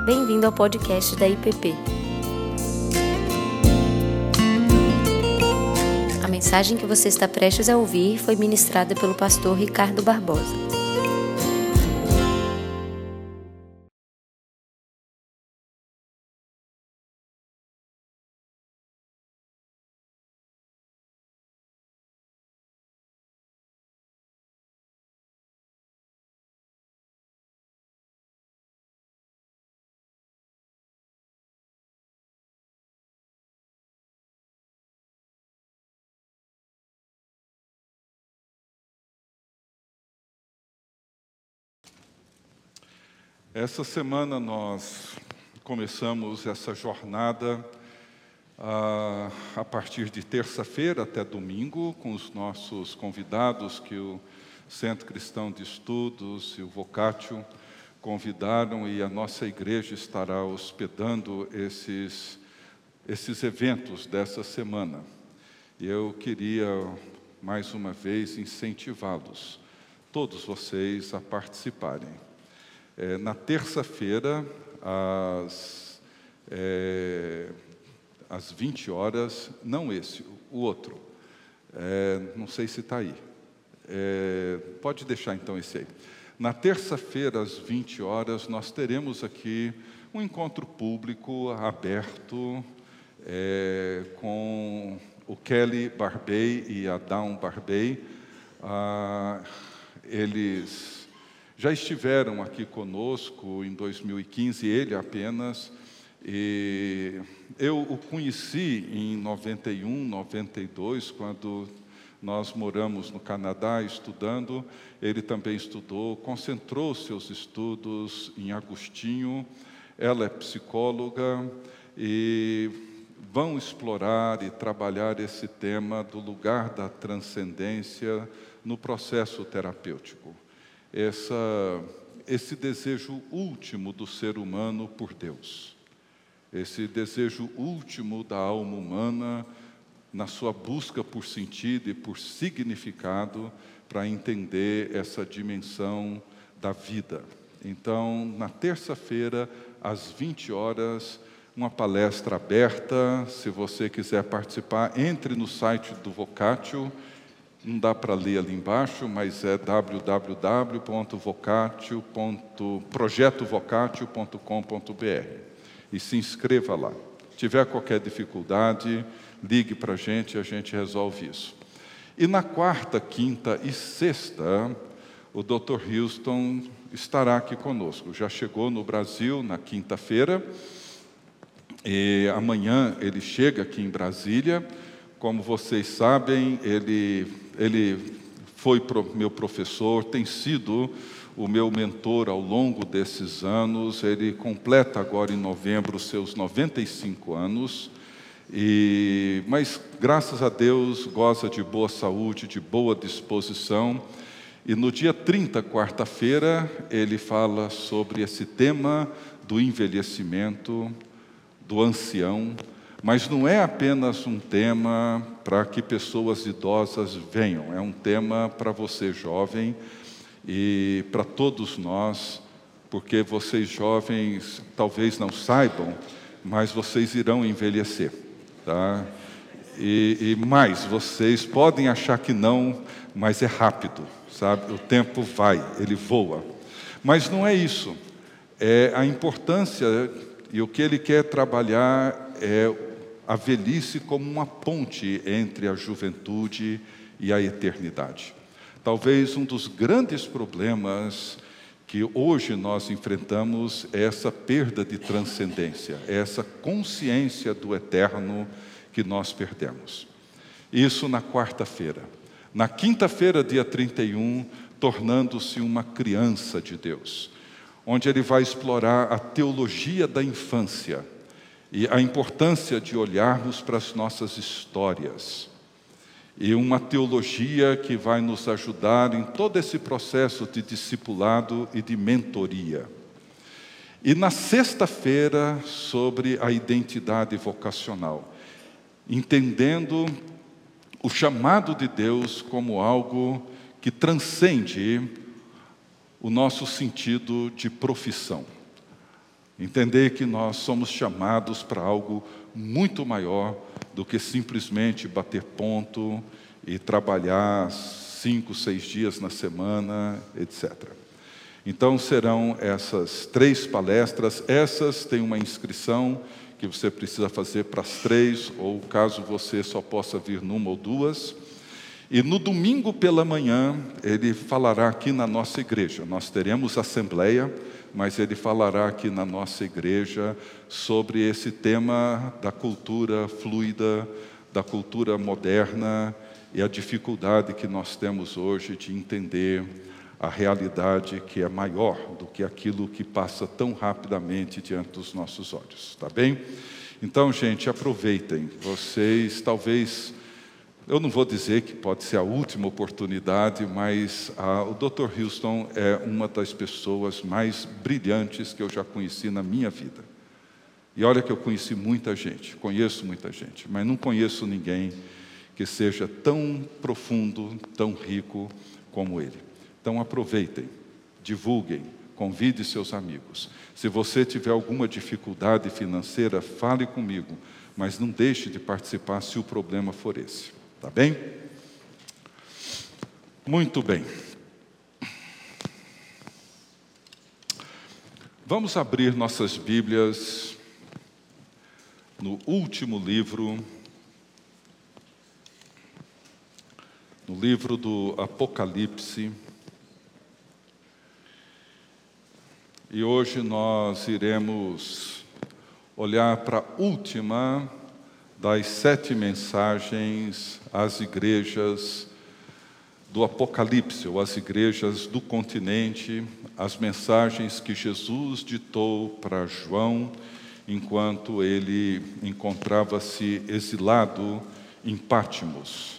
Bem-vindo ao podcast da IPP. A mensagem que você está prestes a ouvir foi ministrada pelo pastor Ricardo Barbosa. Essa semana nós começamos essa jornada a partir de terça-feira até domingo, com os nossos convidados que o Centro Cristão de Estudos e o Vocatio convidaram, e a nossa igreja estará hospedando esses eventos dessa semana. E eu queria, mais uma vez, incentivá-los, todos vocês, a participarem. Na terça-feira, às 20 horas, não esse, o outro, não sei se está aí, pode deixar então esse aí. Na terça-feira, às 20 horas, nós teremos aqui um encontro público aberto com o Kelly Barbey e a Dawn Barbey. Eles já estiveram aqui conosco em 2015, ele apenas, e eu o conheci em 91, 92, quando nós moramos no Canadá estudando. Ele também estudou, concentrou seus estudos em Agostinho. Ela é psicóloga e vão explorar e trabalhar esse tema do lugar da transcendência no processo terapêutico. Esse desejo último do ser humano por Deus, esse desejo último da alma humana na sua busca por sentido e por significado para entender essa dimensão da vida. Então, na terça-feira, às 20 horas, uma palestra aberta. Se você quiser participar, entre no site do Vocatio. Não dá para ler ali embaixo, mas é projetoVocatio.com.br e se inscreva lá. Se tiver qualquer dificuldade, ligue para a gente resolve isso. E na quarta, quinta e sexta, o Dr. Houston estará aqui conosco. Já chegou no Brasil na quinta-feira e amanhã ele chega aqui em Brasília. Como vocês sabem, ele foi meu professor, tem sido o meu mentor ao longo desses anos. Ele completa agora em novembro os seus 95 anos, mas graças a Deus goza de boa saúde, de boa disposição. E no dia 30, quarta-feira, ele fala sobre esse tema do envelhecimento, do ancião. Mas não é apenas um tema para que pessoas idosas venham, é um tema para você jovem e para todos nós, porque vocês jovens talvez não saibam, mas vocês irão envelhecer, tá? E mais, vocês podem achar que não, mas é rápido, sabe? O tempo vai, ele voa. Mas não é isso, é a importância, e o que ele quer trabalhar é a velhice como uma ponte entre a juventude e a eternidade. Talvez um dos grandes problemas que hoje nós enfrentamos é essa perda de transcendência, é essa consciência do eterno que nós perdemos. Isso na quarta-feira. Na quinta-feira, dia 31, tornando-se uma criança de Deus, onde ele vai explorar a teologia da infância, e a importância de olharmos para as nossas histórias. E uma teologia que vai nos ajudar em todo esse processo de discipulado e de mentoria. E na sexta-feira, sobre a identidade vocacional, entendendo o chamado de Deus como algo que transcende o nosso sentido de profissão. Entender que nós somos chamados para algo muito maior do que simplesmente bater ponto e trabalhar 5, 6 dias na semana, etc. Então serão essas 3 palestras. Essas têm uma inscrição que você precisa fazer para as 3, ou caso você só possa vir numa ou 2. E no domingo pela manhã, ele falará aqui na nossa igreja. Nós teremos assembleia, mas ele falará aqui na nossa igreja sobre esse tema da cultura fluida, da cultura moderna e a dificuldade que nós temos hoje de entender a realidade que é maior do que aquilo que passa tão rapidamente diante dos nossos olhos, tá bem? Então, gente, aproveitem. Vocês talvez... Eu não vou dizer que pode ser a última oportunidade, mas o Dr. Houston é uma das pessoas mais brilhantes que eu já conheci na minha vida. E olha que eu conheci muita gente, conheço muita gente, mas não conheço ninguém que seja tão profundo, tão rico como ele. Então aproveitem, divulguem, convide seus amigos. Se você tiver alguma dificuldade financeira, fale comigo, mas não deixe de participar se o problema for esse. Tá bem? Muito bem. Vamos abrir nossas Bíblias no último livro, no livro do Apocalipse. E hoje nós iremos olhar para a última das 7 mensagens às igrejas do Apocalipse, ou às igrejas do continente, as mensagens que Jesus ditou para João, enquanto ele encontrava-se exilado em Pátimos.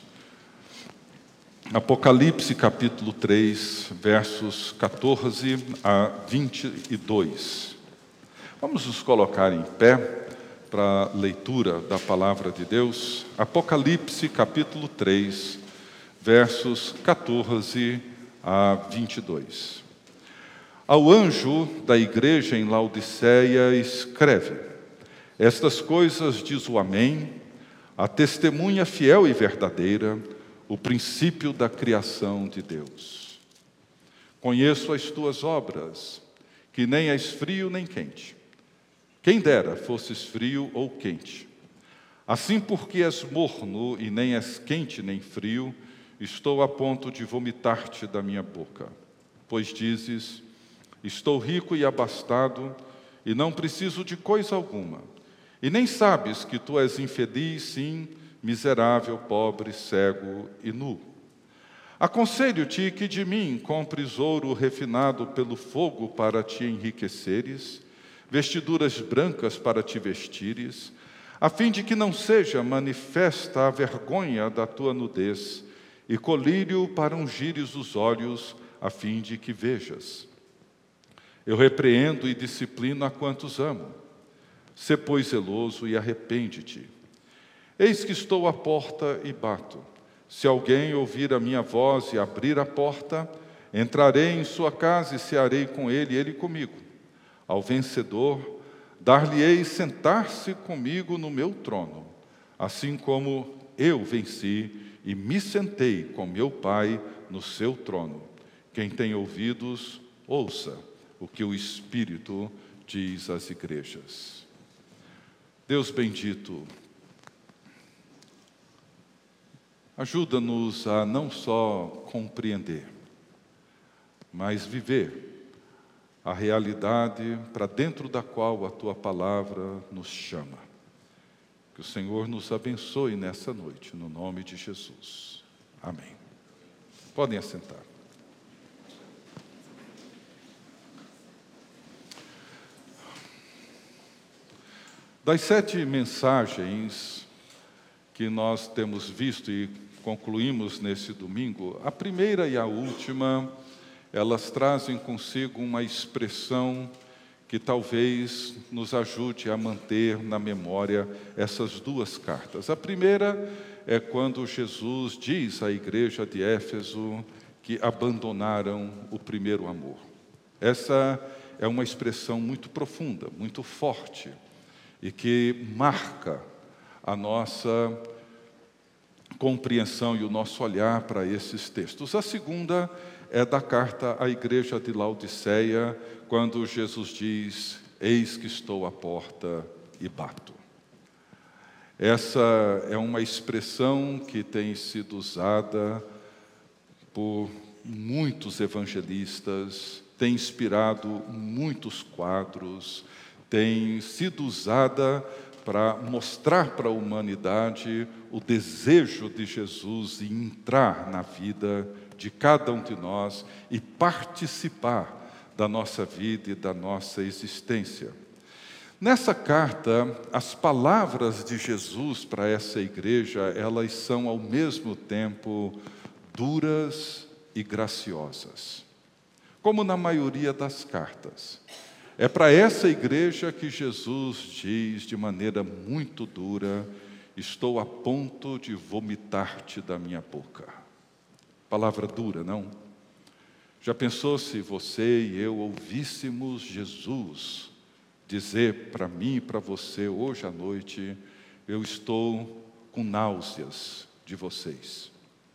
Apocalipse capítulo 3, versos 14 a 22. Vamos nos colocar em pé para a leitura da palavra de Deus. Apocalipse capítulo 3, versos 14 a 22. Ao anjo da igreja em Laodiceia escreve: Estas coisas diz o Amém, a testemunha fiel e verdadeira, o princípio da criação de Deus. Conheço as tuas obras, que nem és frio nem quente. Quem dera fosses frio ou quente. Assim, porque és morno e nem és quente nem frio, estou a ponto de vomitar-te da minha boca. Pois dizes: estou rico e abastado, e não preciso de coisa alguma. E nem sabes que tu és infeliz, sim, miserável, pobre, cego e nu. Aconselho-te que de mim compres ouro refinado pelo fogo para te enriqueceres, vestiduras brancas para te vestires, a fim de que não seja manifesta a vergonha da tua nudez, e colírio para ungires os olhos, a fim de que vejas. Eu repreendo e disciplino a quantos amo. Sê, pois, zeloso e arrepende-te. Eis que estou à porta e bato. Se alguém ouvir a minha voz e abrir a porta, entrarei em sua casa e cearei com ele e ele comigo. Ao vencedor, dar-lhe-ei sentar-se comigo no meu trono, assim como eu venci e me sentei com meu Pai no seu trono. Quem tem ouvidos, ouça o que o Espírito diz às igrejas. Deus bendito, ajuda-nos a não só compreender, mas viver a realidade para dentro da qual a Tua palavra nos chama. Que o Senhor nos abençoe nessa noite, no nome de Jesus. Amém. Podem assentar. Das 7 mensagens que nós temos visto e concluímos nesse domingo, a primeira e a última, elas trazem consigo uma expressão que talvez nos ajude a manter na memória essas 2 cartas. A primeira é quando Jesus diz à igreja de Éfeso que abandonaram o primeiro amor. Essa é uma expressão muito profunda, muito forte, e que marca a nossa compreensão e o nosso olhar para esses textos. A segunda é da carta à igreja de Laodiceia, quando Jesus diz: eis que estou à porta e bato. Essa é uma expressão que tem sido usada por muitos evangelistas, tem inspirado muitos quadros, tem sido usada para mostrar para a humanidade o desejo de Jesus em entrar na vida de cada um de nós e participar da nossa vida e da nossa existência. Nessa carta, as palavras de Jesus para essa igreja, elas são ao mesmo tempo duras e graciosas, como na maioria das cartas. É para essa igreja que Jesus diz de maneira muito dura: estou a ponto de vomitar-te da minha boca. Palavra dura, não? Já pensou se você e eu ouvíssemos Jesus dizer para mim e para você hoje à noite: eu estou com náuseas de vocês.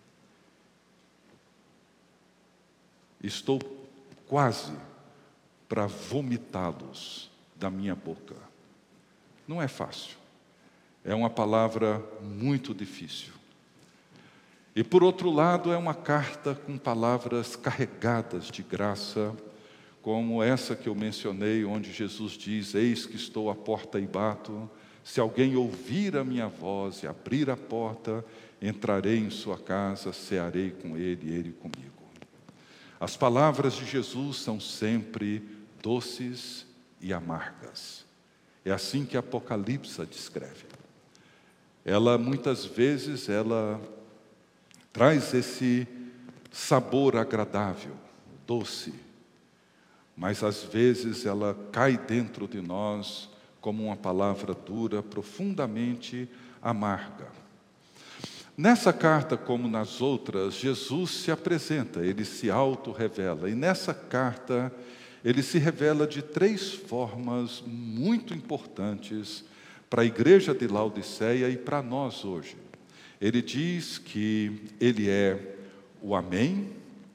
Estou quase para vomitá-los da minha boca. Não é fácil. É uma palavra muito difícil. E por outro lado, é uma carta com palavras carregadas de graça, como essa que eu mencionei, onde Jesus diz: eis que estou à porta e bato, se alguém ouvir a minha voz e abrir a porta, entrarei em sua casa, cearei com ele e ele comigo. As palavras de Jesus são sempre doces e amargas. É assim que Apocalipse descreve. Muitas vezes, ela traz esse sabor agradável, doce, mas às vezes ela cai dentro de nós como uma palavra dura, profundamente amarga. Nessa carta, como nas outras, Jesus se apresenta, ele se auto-revela. E nessa carta, ele se revela de 3 formas muito importantes para a igreja de Laodiceia e para nós hoje. Ele diz que ele é o Amém,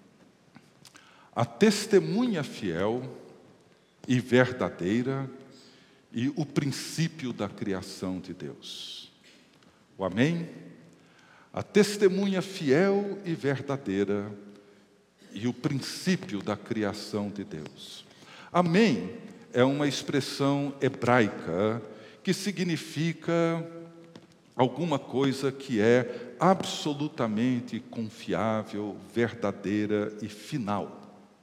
a testemunha fiel e verdadeira e o princípio da criação de Deus. O Amém, a testemunha fiel e verdadeira e o princípio da criação de Deus. Amém é uma expressão hebraica que significa alguma coisa que é absolutamente confiável, verdadeira e final.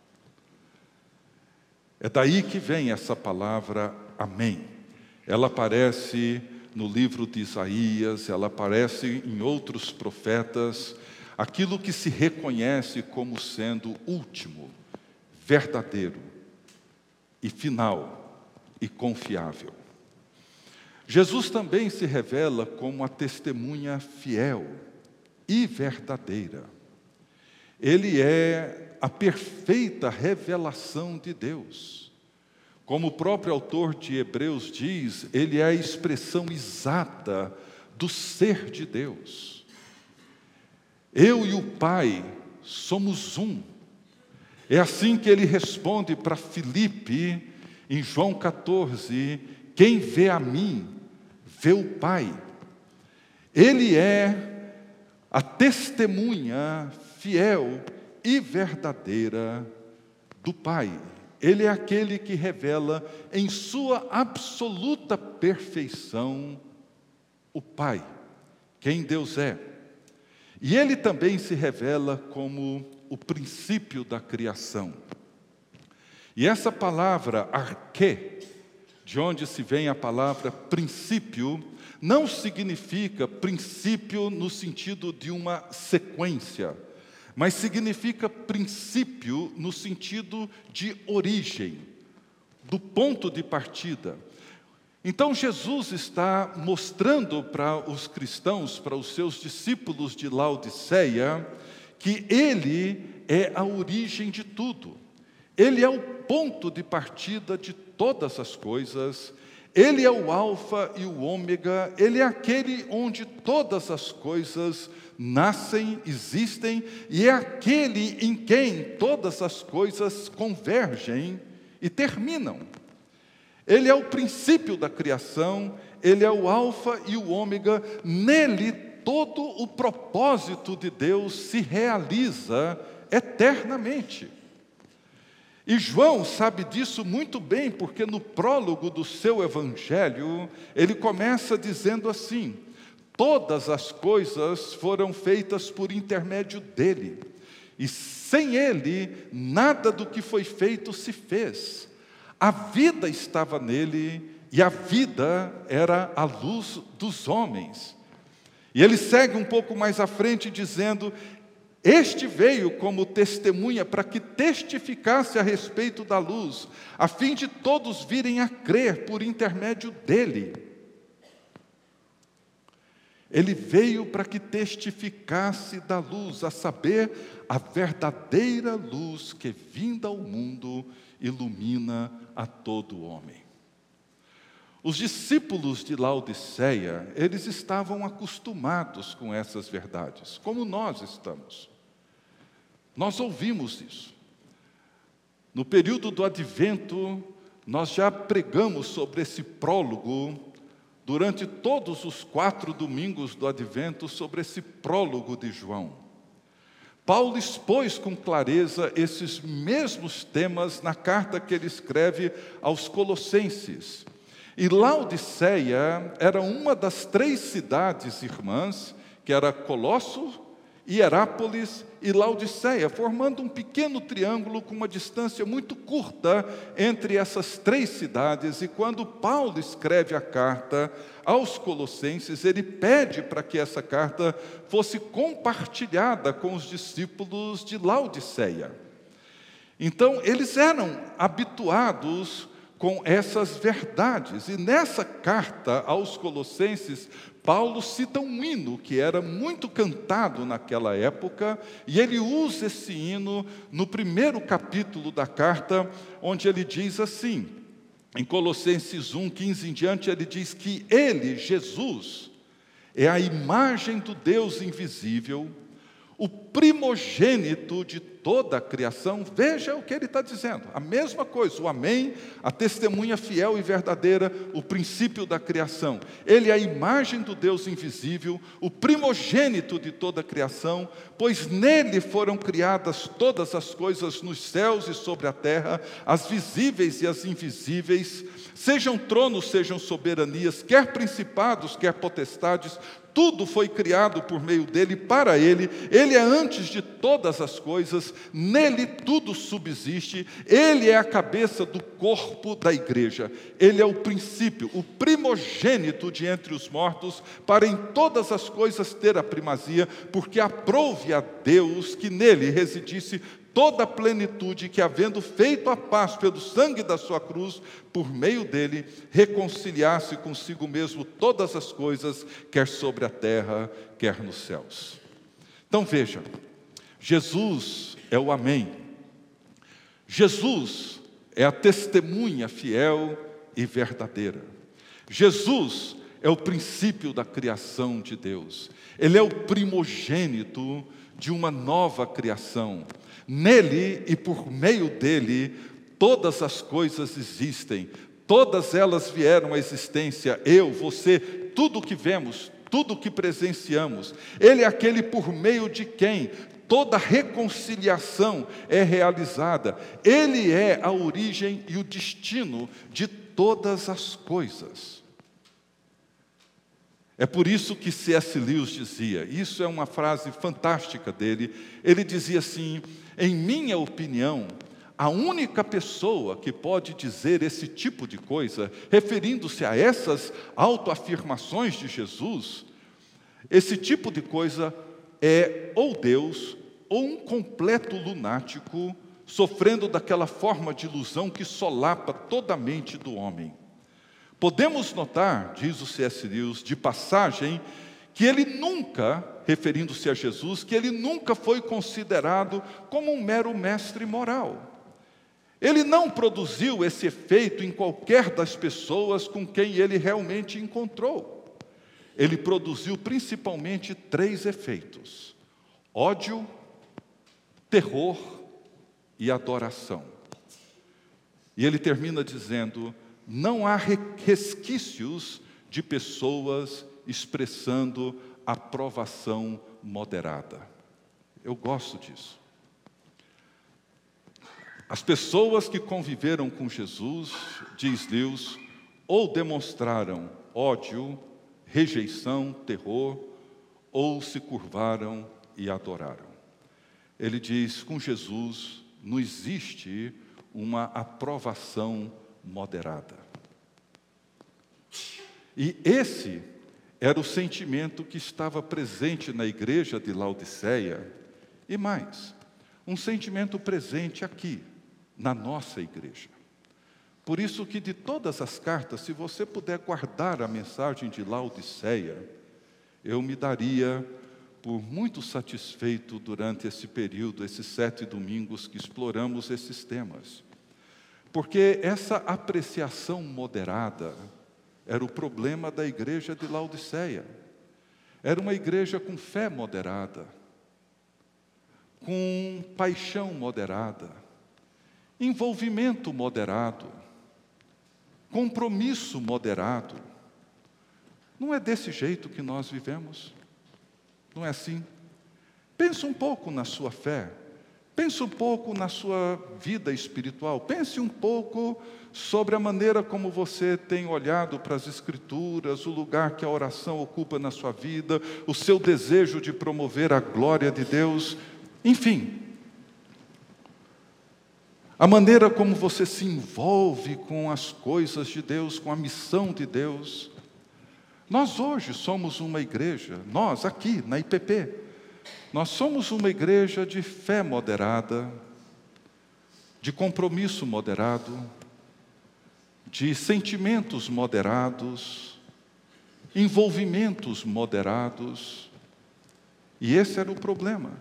É daí que vem essa palavra amém. Ela aparece no livro de Isaías, ela aparece em outros profetas, aquilo que se reconhece como sendo último, verdadeiro e final e confiável. Jesus também se revela como a testemunha fiel e verdadeira. Ele é a perfeita revelação de Deus. Como o próprio autor de Hebreus diz, ele é a expressão exata do ser de Deus. Eu e o Pai somos um. É assim que ele responde para Filipe, em João 14, quem vê a mim, vê o Pai. Ele é a testemunha fiel e verdadeira do Pai. Ele é aquele que revela em sua absoluta perfeição o Pai, quem Deus é. E ele também se revela como o princípio da criação. E essa palavra arquê, de onde se vem a palavra princípio, não significa princípio no sentido de uma sequência, mas significa princípio no sentido de origem, do ponto de partida. Então Jesus está mostrando para os cristãos, para os seus discípulos de Laodiceia, que ele é a origem de tudo. Ele é o ponto de partida de todas as coisas, Ele é o alfa e o ômega, Ele é aquele onde todas as coisas nascem, existem, e é aquele em quem todas as coisas convergem e terminam. Ele é o princípio da criação, Ele é o alfa e o ômega, nele todo o propósito de Deus se realiza eternamente. E João sabe disso muito bem, porque no prólogo do seu evangelho, ele começa dizendo assim: todas as coisas foram feitas por intermédio dele, e sem ele, nada do que foi feito se fez. A vida estava nele, e a vida era a luz dos homens. E ele segue um pouco mais à frente dizendo: este veio como testemunha para que testificasse a respeito da luz, a fim de todos virem a crer por intermédio dele. Ele veio para que testificasse da luz, a saber, a verdadeira luz que, vinda ao mundo, ilumina a todo homem. Os discípulos de Laodiceia, eles estavam acostumados com essas verdades, como nós estamos. Nós ouvimos isso. No período do Advento, nós já pregamos sobre esse prólogo, durante todos os 4 domingos do Advento, sobre esse prólogo de João. Paulo expôs com clareza esses mesmos temas na carta que ele escreve aos Colossenses. E Laodiceia era uma das 3 cidades irmãs, que era Colosso, Hierápolis e Laodiceia, formando um pequeno triângulo com uma distância muito curta entre essas 3 cidades. E quando Paulo escreve a carta aos Colossenses, ele pede para que essa carta fosse compartilhada com os discípulos de Laodiceia. Então, eles eram habituados com essas verdades. E nessa carta aos Colossenses, Paulo cita um hino que era muito cantado naquela época, e ele usa esse hino no primeiro capítulo da carta, onde ele diz assim, em Colossenses 1, 15 em diante, ele diz que ele, Jesus, é a imagem do Deus invisível, o primogênito de toda a criação. Veja o que ele está dizendo, a mesma coisa, o amém, a testemunha fiel e verdadeira, o princípio da criação. Ele é a imagem do Deus invisível, o primogênito de toda a criação, pois nele foram criadas todas as coisas nos céus e sobre a terra, as visíveis e as invisíveis, sejam tronos, sejam soberanias, quer principados, quer potestades, tudo foi criado por meio dele, para ele. Ele é antes de todas as coisas, nele tudo subsiste. Ele é a cabeça do corpo da igreja. Ele é o princípio, o primogênito de entre os mortos, para em todas as coisas ter a primazia, porque aprouve a Deus que nele residisse toda a plenitude, que havendo feito a paz pelo sangue da sua cruz, por meio dele, reconciliasse consigo mesmo todas as coisas, quer sobre a terra, quer nos céus. Então veja, Jesus é o amém. Jesus é a testemunha fiel e verdadeira. Jesus é o princípio da criação de Deus. Ele é o primogênito de uma nova criação. Nele e por meio dele, todas as coisas existem, todas elas vieram à existência, eu, você, tudo o que vemos, tudo o que presenciamos. Ele é aquele por meio de quem toda reconciliação é realizada. Ele é a origem e o destino de todas as coisas. É por isso que C.S. Lewis dizia, isso é uma frase fantástica dele, ele dizia assim: em minha opinião, a única pessoa que pode dizer esse tipo de coisa, referindo-se a essas autoafirmações de Jesus, esse tipo de coisa é ou Deus, ou um completo lunático, sofrendo daquela forma de ilusão que solapa toda a mente do homem. Podemos notar, diz o C.S. Lewis, de passagem, que ele nunca, referindo-se a Jesus, que ele nunca foi considerado como um mero mestre moral. Ele não produziu esse efeito em qualquer das pessoas com quem ele realmente encontrou. Ele produziu principalmente 3 efeitos: ódio, terror e adoração. E ele termina dizendo: não há resquícios de pessoas expressando aprovação moderada. Eu gosto disso. As pessoas que conviveram com Jesus, diz Lewis, ou demonstraram ódio, rejeição, terror, ou se curvaram e adoraram. Ele diz: com Jesus não existe uma aprovação moderada. E esse era o sentimento que estava presente na igreja de Laodiceia, e mais, um sentimento presente aqui, na nossa igreja. Por isso que de todas as cartas, se você puder guardar a mensagem de Laodiceia, eu me daria por muito satisfeito durante esse período, esses 7 domingos que exploramos esses temas. Porque essa apreciação moderada era o problema da igreja de Laodiceia. Era uma igreja com fé moderada, com paixão moderada, envolvimento moderado, compromisso moderado. Não é desse jeito que nós vivemos? Não é assim? Pense um pouco na sua fé. Pense um pouco na sua vida espiritual. Pense um pouco sobre a maneira como você tem olhado para as Escrituras, o lugar que a oração ocupa na sua vida, o seu desejo de promover a glória de Deus, enfim. A maneira como você se envolve com as coisas de Deus, com a missão de Deus. Nós hoje somos uma igreja, nós aqui na IPP, nós somos uma igreja de fé moderada, de compromisso moderado, de sentimentos moderados, envolvimentos moderados. E esse era o problema.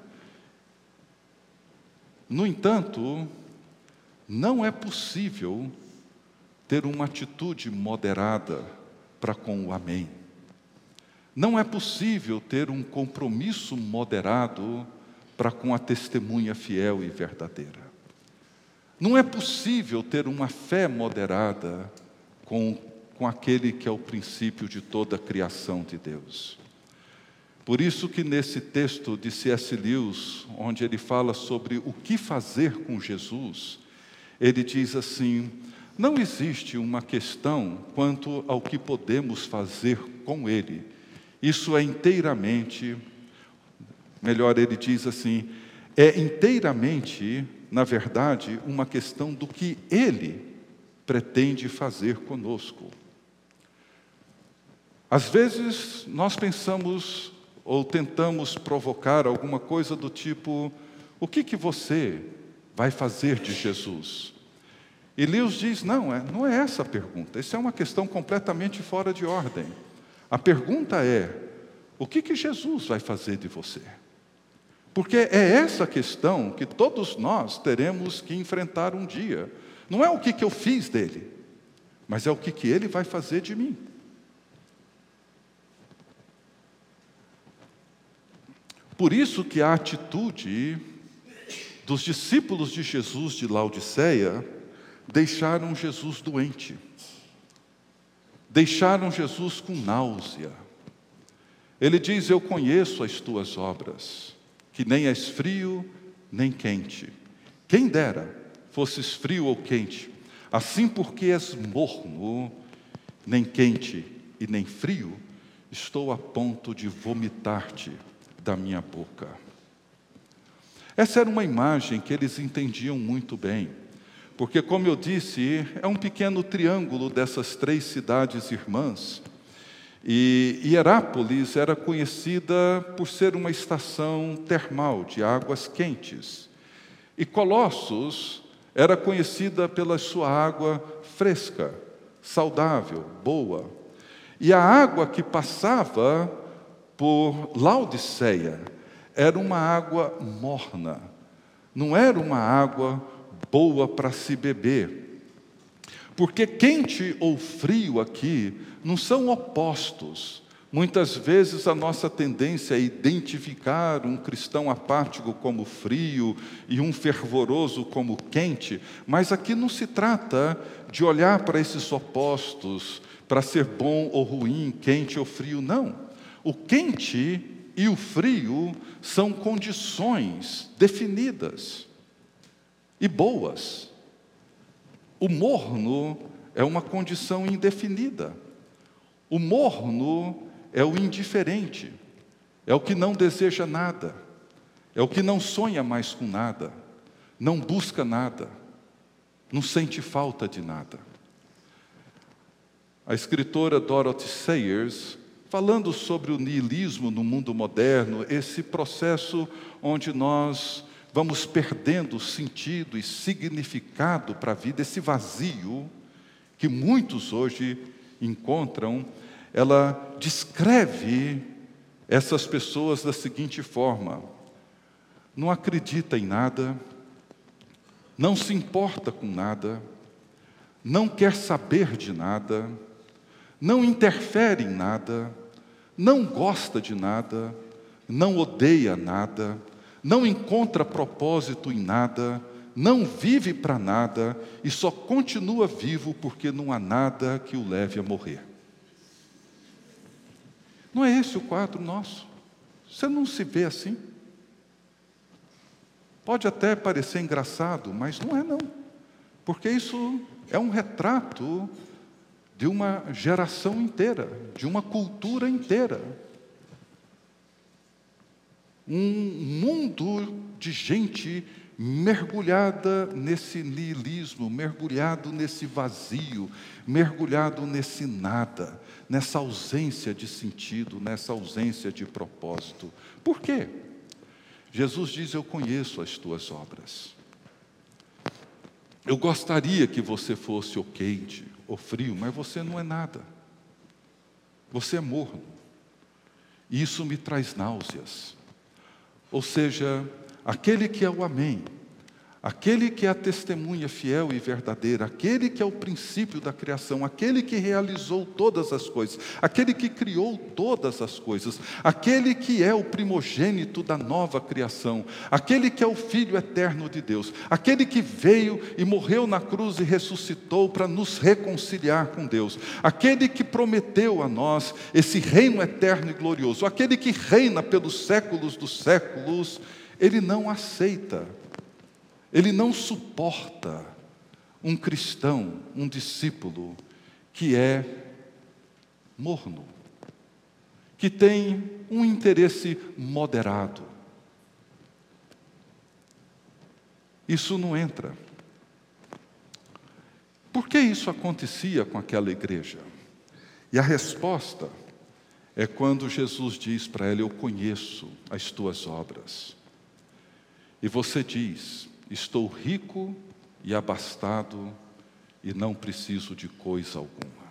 No entanto, não é possível ter uma atitude moderada para com o amém. Não é possível ter um compromisso moderado para com a testemunha fiel e verdadeira. Não é possível ter uma fé moderada com aquele que é o princípio de toda a criação de Deus. Por isso que nesse texto de C.S. Lewis, onde ele fala sobre o que fazer com Jesus, ele diz assim: não existe uma questão quanto ao que podemos fazer com Ele. Isso é inteiramente, melhor, ele diz assim, é inteiramente, na verdade, uma questão do que Ele pretende fazer conosco. Às vezes, nós pensamos ou tentamos provocar alguma coisa do tipo: o que você vai fazer de Jesus? E Lewis diz: não é essa a pergunta. Isso é uma questão completamente fora de ordem. A pergunta é: o que Jesus vai fazer de você? Porque é essa questão que todos nós teremos que enfrentar um dia. Não é o que eu fiz dele, mas é o que ele vai fazer de mim. Por isso que a atitude dos discípulos de Jesus de Laodiceia deixaram Jesus doente, deixaram Jesus com náusea. Ele diz: eu conheço as tuas obras, que nem és frio nem quente. Quem dera fosses frio ou quente, assim porque és morno, nem quente e nem frio, estou a ponto de vomitar-te da minha boca. Essa era uma imagem que eles entendiam muito bem, porque, como eu disse, é um pequeno triângulo dessas 3 cidades irmãs. E Hierápolis era conhecida por ser uma estação termal de águas quentes. E Colossos era conhecida pela sua água fresca, saudável, boa. E a água que passava por Laodiceia era uma água morna, não era uma água boa para se beber. Porque quente ou frio aqui não são opostos. Muitas vezes a nossa tendência é identificar um cristão apático como frio e um fervoroso como quente, mas aqui não se trata de olhar para esses opostos, para ser bom ou ruim, quente ou frio, não. O quente e o frio são condições definidas e boas. O morno é uma condição indefinida. O morno é o indiferente, é o que não deseja nada, é o que não sonha mais com nada, não busca nada, não sente falta de nada. A escritora Dorothy Sayers, falando sobre o niilismo no mundo moderno, esse processo onde nós vamos perdendo sentido e significado para a vida, esse vazio que muitos hoje encontram, ela descreve essas pessoas da seguinte forma: não acredita em nada, não se importa com nada, não quer saber de nada, não interfere em nada, não gosta de nada, não odeia nada, não encontra propósito em nada, não vive para nada e só continua vivo porque não há nada que o leve a morrer. Não é esse o quadro nosso? Você não se vê assim? Pode até parecer engraçado, mas não é não. Porque isso é um retrato de uma geração inteira, de uma cultura inteira. Um mundo de gente mergulhada nesse niilismo, mergulhado nesse vazio, mergulhado nesse nada, nessa ausência de sentido, nessa ausência de propósito. Por quê? Jesus diz: eu conheço as tuas obras. Eu gostaria que você fosse ou quente ou frio, mas você não é nada. Você é morno. E isso me traz náuseas. Ou seja, aquele que é o Amém, aquele que é a testemunha fiel e verdadeira, aquele que é o princípio da criação, aquele que realizou todas as coisas, aquele que criou todas as coisas, aquele que é o primogênito da nova criação, aquele que é o Filho eterno de Deus, aquele que veio e morreu na cruz e ressuscitou para nos reconciliar com Deus, aquele que prometeu a nós esse reino eterno e glorioso, aquele que reina pelos séculos dos séculos, ele não aceita, ele não suporta um cristão, um discípulo que é morno, que tem um interesse moderado. Isso não entra. Por que isso acontecia com aquela igreja? E a resposta é quando Jesus diz para ela: eu conheço as tuas obras. E você diz: estou rico e abastado e não preciso de coisa alguma.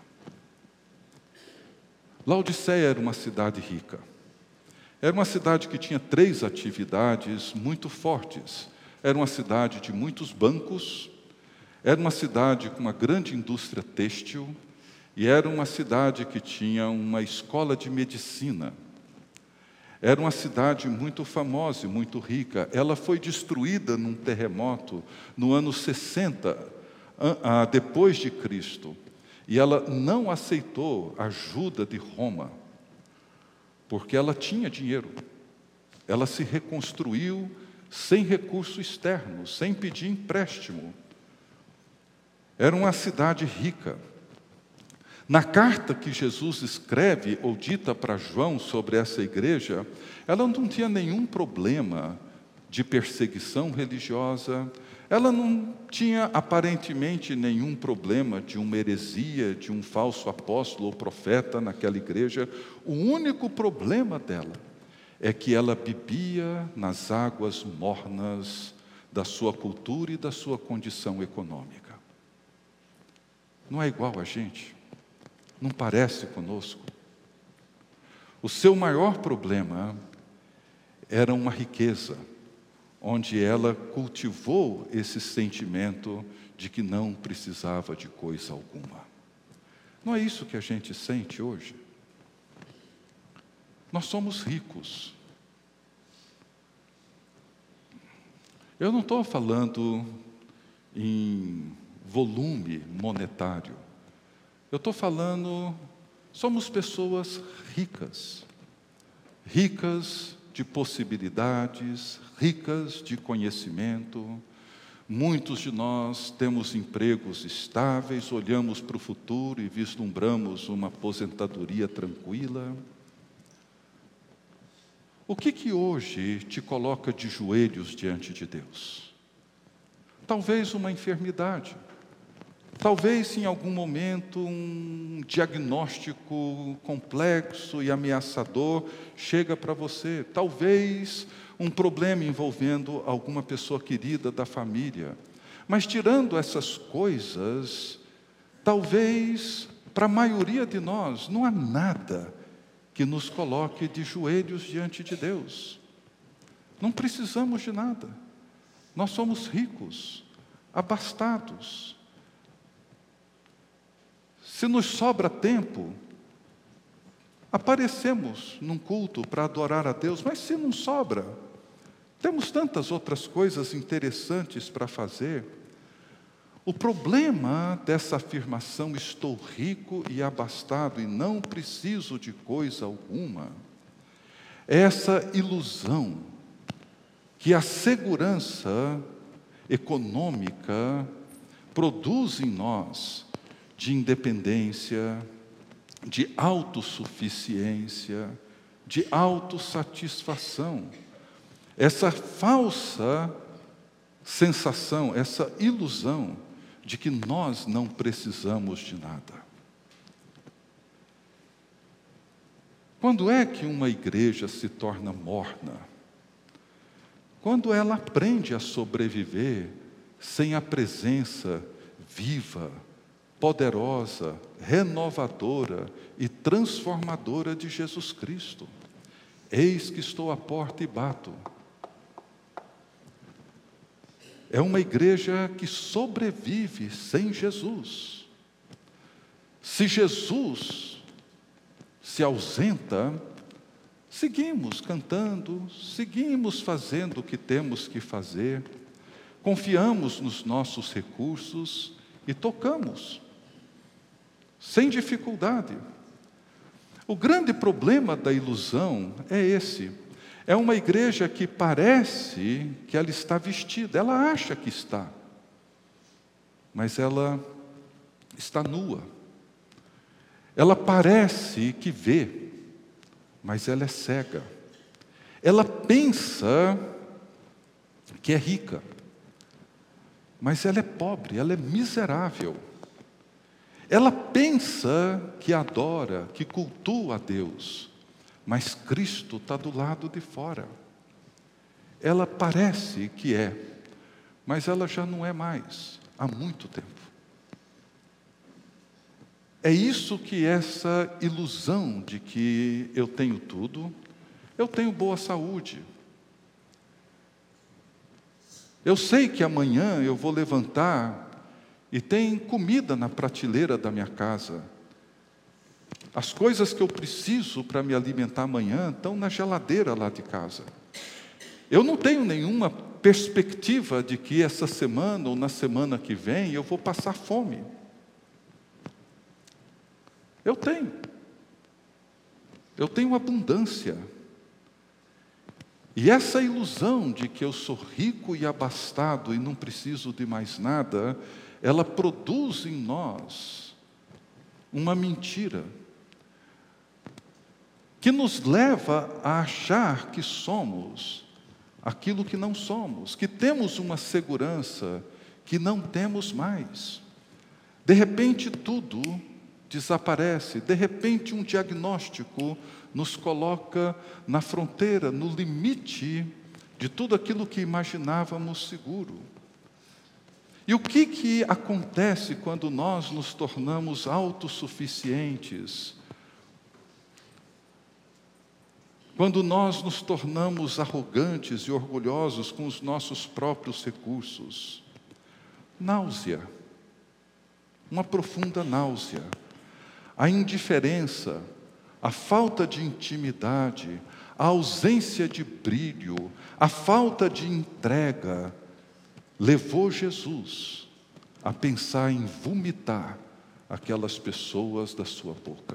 Laodiceia era uma cidade rica. Era uma cidade que tinha 3 atividades muito fortes. Era uma cidade de muitos bancos, era uma cidade com uma grande indústria têxtil e era uma cidade que tinha uma escola de medicina. Era uma cidade muito famosa e muito rica. Ela foi destruída num terremoto no ano 60, depois de Cristo. E ela não aceitou a ajuda de Roma, porque ela tinha dinheiro. Ela se reconstruiu sem recurso externo, sem pedir empréstimo. Era uma cidade rica. Na carta que Jesus escreve ou dita para João sobre essa igreja, ela não tinha nenhum problema de perseguição religiosa, ela não tinha aparentemente nenhum problema de uma heresia, de um falso apóstolo ou profeta naquela igreja. O único problema dela é que ela bebia nas águas mornas da sua cultura e da sua condição econômica. Não é igual a gente? Não parece conosco? O seu maior problema era uma riqueza, onde ela cultivou esse sentimento de que não precisava de coisa alguma. Não é isso que a gente sente hoje? Nós somos ricos. Eu não estou falando em volume monetário. Eu estou falando, somos pessoas ricas. Ricas de possibilidades, ricas de conhecimento. Muitos de nós temos empregos estáveis, olhamos para o futuro e vislumbramos uma aposentadoria tranquila. O que hoje te coloca de joelhos diante de Deus? Talvez uma enfermidade. Talvez em algum momento um diagnóstico complexo e ameaçador chega para você. Talvez um problema envolvendo alguma pessoa querida da família. Mas tirando essas coisas, talvez para a maioria de nós não há nada que nos coloque de joelhos diante de Deus. Não precisamos de nada. Nós somos ricos, abastados. Se nos sobra tempo, aparecemos num culto para adorar a Deus, mas se não sobra, temos tantas outras coisas interessantes para fazer. O problema dessa afirmação, estou rico e abastado e não preciso de coisa alguma, é essa ilusão que a segurança econômica produz em nós, de independência, de autossuficiência, de autossatisfação. Essa falsa sensação, essa ilusão de que nós não precisamos de nada. Quando é que uma igreja se torna morna? Quando ela aprende a sobreviver sem a presença viva, poderosa, renovadora e transformadora de Jesus Cristo. Eis que estou à porta e bato. É uma igreja que sobrevive sem Jesus. Se Jesus se ausenta, seguimos cantando, seguimos fazendo o que temos que fazer, confiamos nos nossos recursos e tocamos, sem dificuldade. O grande problema da ilusão é esse. É uma igreja que parece que ela está vestida, ela acha que está, mas ela está nua. Ela parece que vê, mas ela é cega. Ela pensa que é rica, mas ela é pobre, ela é miserável. Ela pensa que adora, que cultua a Deus, mas Cristo está do lado de fora. Ela parece que é, mas ela já não é mais, há muito tempo. É isso que essa ilusão de que eu tenho tudo, eu tenho boa saúde. Eu sei que amanhã eu vou levantar e tem comida na prateleira da minha casa. As coisas que eu preciso para me alimentar amanhã estão na geladeira lá de casa. Eu não tenho nenhuma perspectiva de que essa semana ou na semana que vem eu vou passar fome. Eu tenho abundância. E essa ilusão de que eu sou rico e abastado e não preciso de mais nada, ela produz em nós uma mentira que nos leva a achar que somos aquilo que não somos, que temos uma segurança que não temos mais. De repente tudo desaparece, de repente um diagnóstico nos coloca na fronteira, no limite de tudo aquilo que imaginávamos seguro. E o que acontece quando nós nos tornamos autossuficientes? quando nós nos tornamos arrogantes e orgulhosos com os nossos próprios recursos. Náusea, uma profunda náusea, a indiferença, a falta de intimidade, a ausência de brilho, a falta de entrega, levou Jesus a pensar em vomitar aquelas pessoas da sua boca.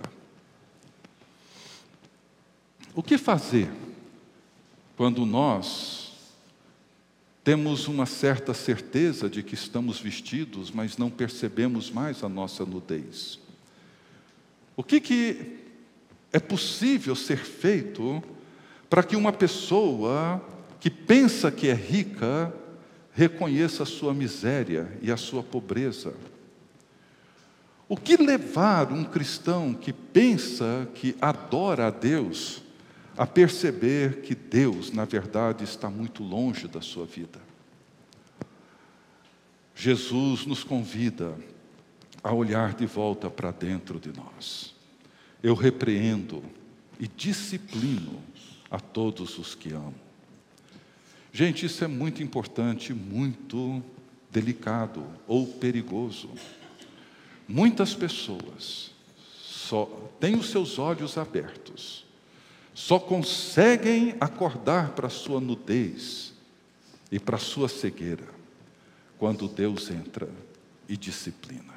O que fazer quando nós temos uma certa certeza de que estamos vestidos, mas não percebemos mais a nossa nudez? O que é possível ser feito para que uma pessoa que pensa que é rica reconheça a sua miséria e a sua pobreza? O que levar um cristão que pensa que adora a Deus a perceber que Deus, na verdade, está muito longe da sua vida? Jesus nos convida a olhar de volta para dentro de nós. Eu repreendo e disciplino a todos os que amo. Gente, isso é muito importante, muito delicado ou perigoso. Muitas pessoas só têm os seus olhos abertos, só conseguem acordar para a sua nudez e para a sua cegueira quando Deus entra e disciplina.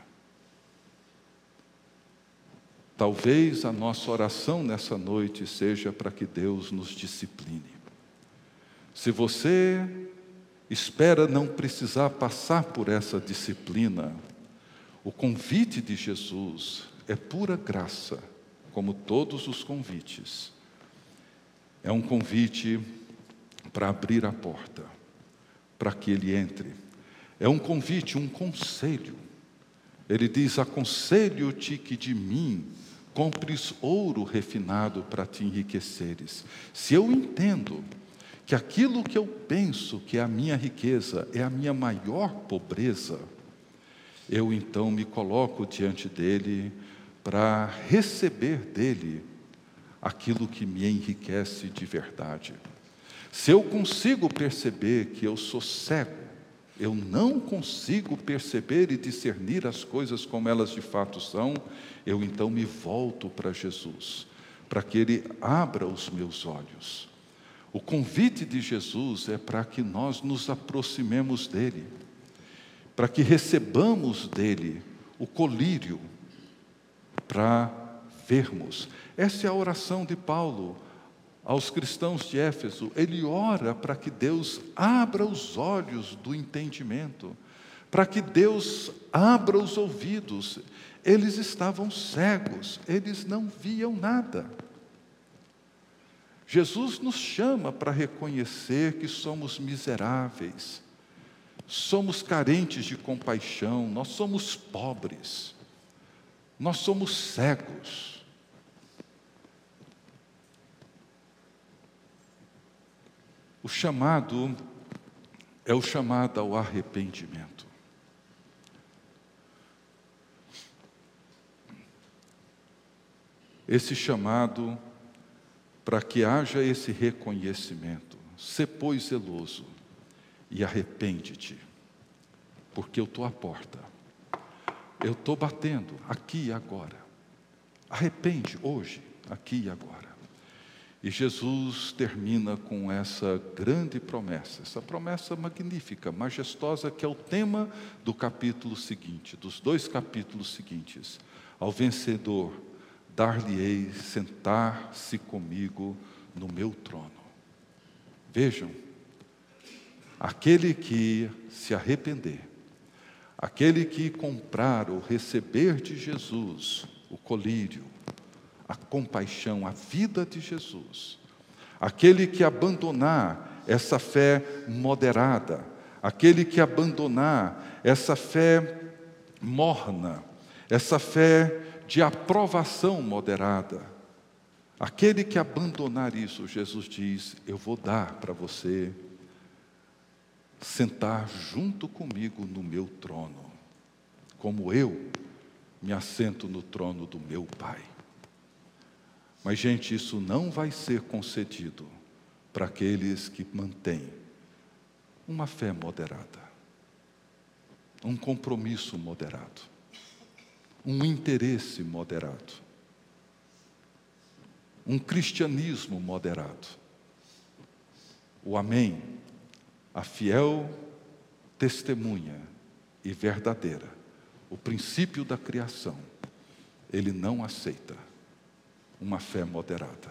Talvez a nossa oração nessa noite seja para que Deus nos discipline. Se você espera não precisar passar por essa disciplina, o convite de Jesus é pura graça, como todos os convites. É um convite para abrir a porta, para que Ele entre. É um convite, um conselho. Ele diz: aconselho-te que de mim compres ouro refinado para te enriqueceres. Se eu entendo que aquilo que eu penso que é a minha riqueza é a minha maior pobreza, eu então me coloco diante dele para receber dele aquilo que me enriquece de verdade. Se eu consigo perceber que eu sou cego, eu não consigo perceber e discernir as coisas como elas de fato são, eu então me volto para Jesus, para que Ele abra os meus olhos. O convite de Jesus é para que nós nos aproximemos dEle, para que recebamos dEle o colírio, para vermos. Essa é a oração de Paulo aos cristãos de Éfeso. Ele ora para que Deus abra os olhos do entendimento, para que Deus abra os ouvidos. Eles estavam cegos, eles não viam nada. Jesus nos chama para reconhecer que somos miseráveis, somos carentes de compaixão, nós somos pobres, nós somos cegos. O chamado é o chamado ao arrependimento. Esse chamado para que haja esse reconhecimento. Sê, pois, zeloso e arrepende-te, porque eu estou à porta. Eu estou batendo aqui e agora. Arrepende hoje, aqui e agora. E Jesus termina com essa grande promessa, essa promessa magnífica, majestosa, que é o tema do capítulo seguinte, dos 2 capítulos seguintes. Ao vencedor, dar-lhe-ei sentar-se comigo no meu trono. Vejam, aquele que se arrepender, aquele que comprar ou receber de Jesus o colírio, a compaixão, a vida de Jesus, aquele que abandonar essa fé moderada, aquele que abandonar essa fé morna, essa fé de aprovação moderada, aquele que abandonar isso, Jesus diz: eu vou dar para você sentar junto comigo no meu trono, como eu me assento no trono do meu Pai. Mas, gente, isso não vai ser concedido para aqueles que mantêm uma fé moderada, um compromisso moderado, um interesse moderado, um cristianismo moderado. O amém, a fiel testemunha e verdadeira, o princípio da criação, ele não aceita uma fé moderada.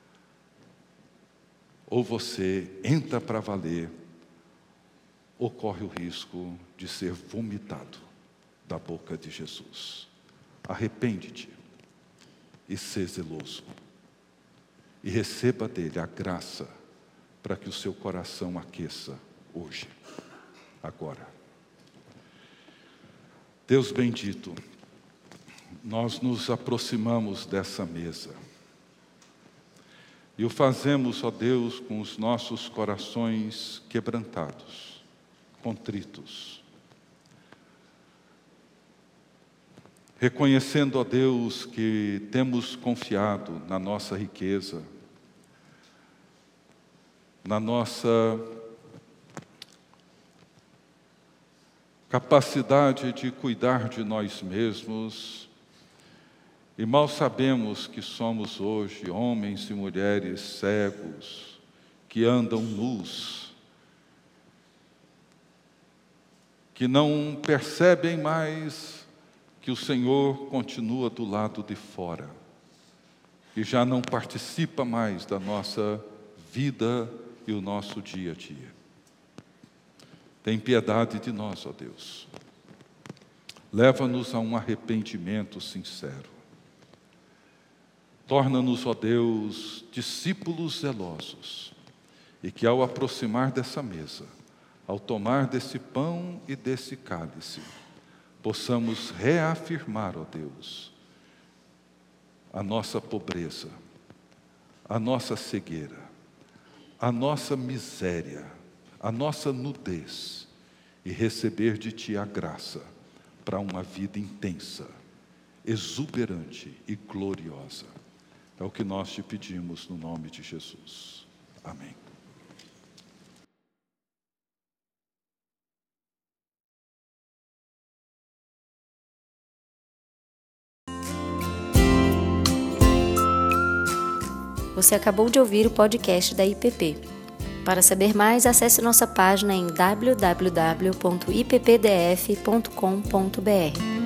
Ou você entra para valer, ou corre o risco de ser vomitado da boca de Jesus. Arrepende-te e sê zeloso. E receba dele a graça para que o seu coração aqueça hoje, agora. Deus bendito, nós nos aproximamos dessa mesa e o fazemos, ó Deus, com os nossos corações quebrantados, contritos, reconhecendo, ó Deus, que temos confiado na nossa riqueza, na nossa capacidade de cuidar de nós mesmos, e mal sabemos que somos hoje homens e mulheres cegos, que andam nus, que não percebem mais que o Senhor continua do lado de fora, e já não participa mais da nossa vida e o nosso dia a dia. Tem piedade de nós, ó Deus. Leva-nos a um arrependimento sincero. Torna-nos, ó Deus, discípulos zelosos, e que ao aproximar dessa mesa, ao tomar desse pão e desse cálice, possamos reafirmar, ó Deus, a nossa pobreza, a nossa cegueira, a nossa miséria, a nossa nudez, e receber de Ti a graça para uma vida intensa, exuberante e gloriosa. É o que nós te pedimos no nome de Jesus. Amém. Você acabou de ouvir o podcast da IPP. Para saber mais, acesse nossa página em www.ippdf.com.br.